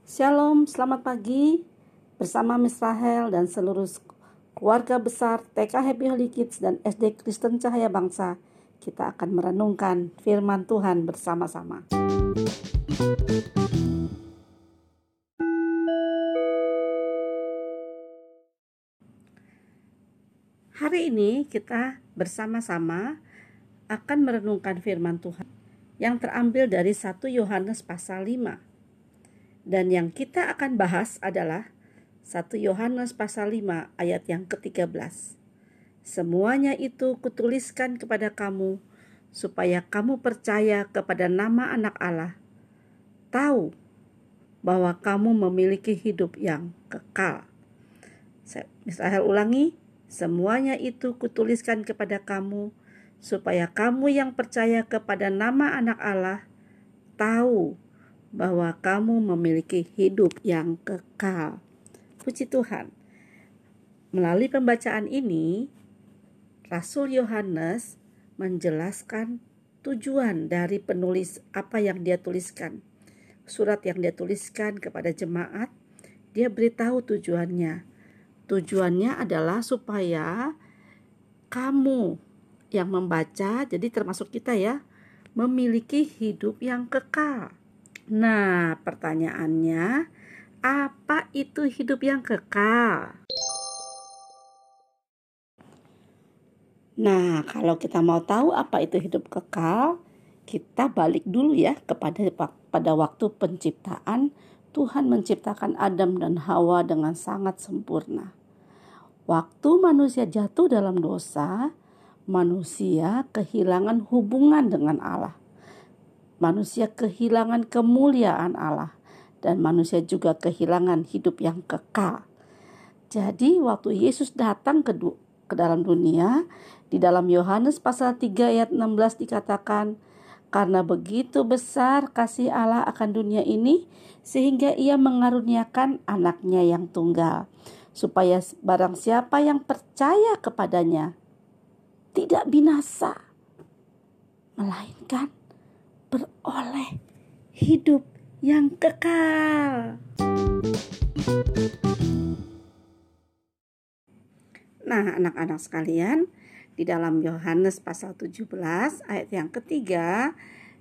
Shalom, selamat pagi. Bersama Miss Rahel dan seluruh keluarga besar TK Happy Holy Kids dan SD Kristen Cahaya Bangsa, kita akan merenungkan firman Tuhan bersama-sama. Hari ini kita bersama-sama akan merenungkan firman Tuhan yang terambil dari 1 Yohanes pasal 5. Dan yang kita akan bahas adalah 1 Yohanes pasal 5 ayat yang ke-13. Semuanya itu kutuliskan kepada kamu, supaya kamu percaya kepada nama Anak Allah, tahu bahwa kamu memiliki hidup yang kekal. Saya ulangi, semuanya itu kutuliskan kepada kamu, supaya kamu yang percaya kepada nama Anak Allah, tahu bahwa kamu memiliki hidup yang kekal. Puji Tuhan. Melalui pembacaan ini, Rasul Yohanes menjelaskan tujuan dari penulis apa yang dia tuliskan. Surat yang dia tuliskan kepada jemaat, dia beritahu tujuannya. Tujuannya adalah supaya kamu yang membaca, jadi termasuk kita ya, memiliki hidup yang kekal. Nah, pertanyaannya, apa itu hidup yang kekal? Nah, kalau kita mau tahu apa itu hidup kekal, kita balik dulu ya pada waktu penciptaan. Tuhan menciptakan Adam dan Hawa dengan sangat sempurna. Waktu manusia jatuh dalam dosa, manusia kehilangan hubungan dengan Allah. Manusia kehilangan kemuliaan Allah, dan manusia juga kehilangan hidup yang kekal. Jadi waktu Yesus datang ke dalam dunia, di dalam Yohanes pasal 3 ayat 16 dikatakan, karena begitu besar kasih Allah akan dunia ini, sehingga ia mengaruniakan anaknya yang tunggal, supaya barang siapa yang percaya kepadanya tidak binasa, melainkan beroleh hidup yang kekal. Nah, anak-anak sekalian, di dalam Yohanes pasal 17 ayat yang ketiga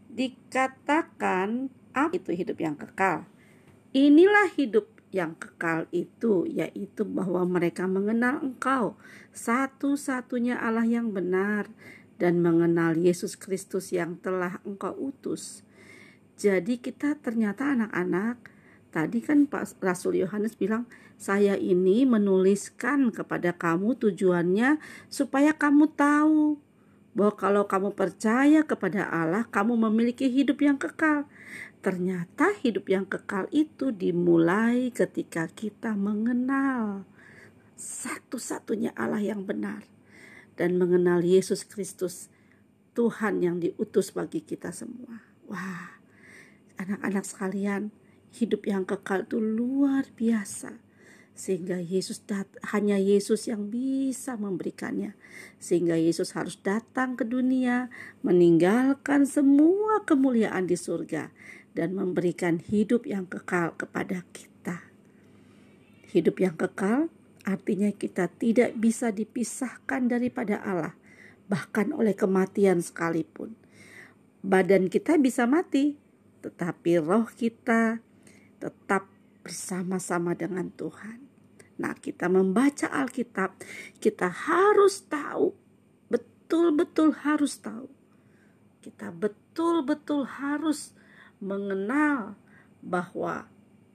dikatakan apa itu hidup yang kekal. Inilah hidup yang kekal itu, yaitu bahwa mereka mengenal Engkau, satu-satunya Allah yang benar, dan mengenal Yesus Kristus yang telah Engkau utus. Jadi kita ternyata anak-anak, tadi kan Pak Rasul Yohanes bilang, saya ini menuliskan kepada kamu tujuannya supaya kamu tahu bahwa kalau kamu percaya kepada Allah, kamu memiliki hidup yang kekal. Ternyata hidup yang kekal itu dimulai ketika kita mengenal satu-satunya Allah yang benar dan mengenal Yesus Kristus, Tuhan yang diutus bagi kita semua. Wah, anak-anak sekalian, hidup yang kekal itu luar biasa. Sehingga hanya Yesus yang bisa memberikannya. Sehingga Yesus harus datang ke dunia, meninggalkan semua kemuliaan di surga, dan memberikan hidup yang kekal kepada kita. Hidup yang kekal artinya kita tidak bisa dipisahkan daripada Allah, bahkan oleh kematian sekalipun. Badan kita bisa mati, tetapi roh kita tetap bersama-sama dengan Tuhan. Nah, kita membaca Alkitab, kita harus tahu, betul-betul harus tahu. Kita betul-betul harus mengenal bahwa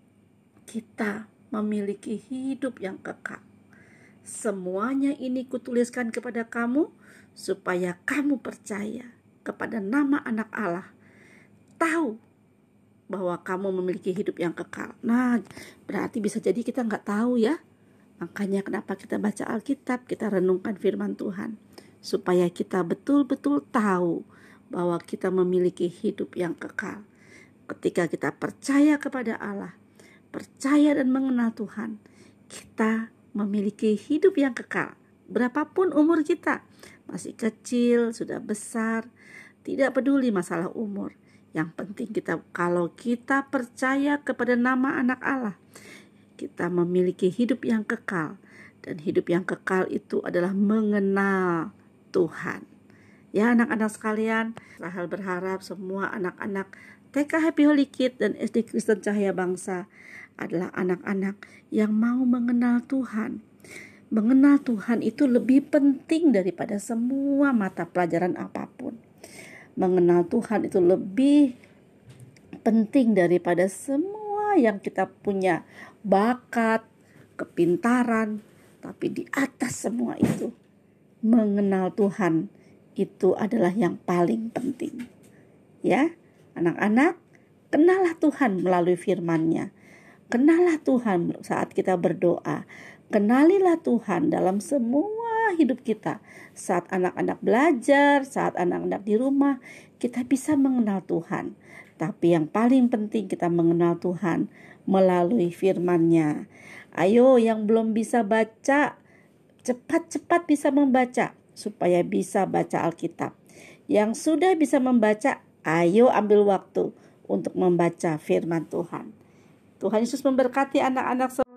kita memiliki hidup yang kekal. Semuanya ini kutuliskan kepada kamu, supaya kamu percaya kepada nama Anak Allah, tahu bahwa kamu memiliki hidup yang kekal. Nah, berarti bisa jadi kita nggak tahu ya. Makanya kenapa kita baca Alkitab, kita renungkan firman Tuhan, supaya kita betul-betul tahu bahwa kita memiliki hidup yang kekal. Ketika kita percaya kepada Allah, percaya dan mengenal Tuhan, kita memiliki hidup yang kekal. Berapapun umur kita, masih kecil, sudah besar, tidak peduli masalah umur. Yang penting kalau kita percaya kepada nama anak Allah, kita memiliki hidup yang kekal. Dan hidup yang kekal itu adalah mengenal Tuhan. Ya anak-anak sekalian, Rahel berharap semua anak-anak TK Happy Holy Kid dan SD Kristen Cahaya Bangsa adalah anak-anak yang mau mengenal Tuhan. Mengenal Tuhan itu lebih penting daripada semua mata pelajaran apapun. Mengenal Tuhan itu lebih penting daripada semua yang kita punya bakat, kepintaran. Tapi di atas semua itu, mengenal Tuhan itu adalah yang paling penting. Ya, anak-anak, kenallah Tuhan melalui firman-Nya. Kenallah Tuhan saat kita berdoa. Kenalilah Tuhan dalam semua hidup kita. Saat anak-anak belajar, saat anak-anak di rumah, kita bisa mengenal Tuhan. Tapi yang paling penting kita mengenal Tuhan melalui firman-Nya. Ayo yang belum bisa baca, cepat-cepat bisa membaca supaya bisa baca Alkitab. Yang sudah bisa membaca, ayo ambil waktu untuk membaca firman Tuhan. Tuhan Yesus memberkati anak-anak semua.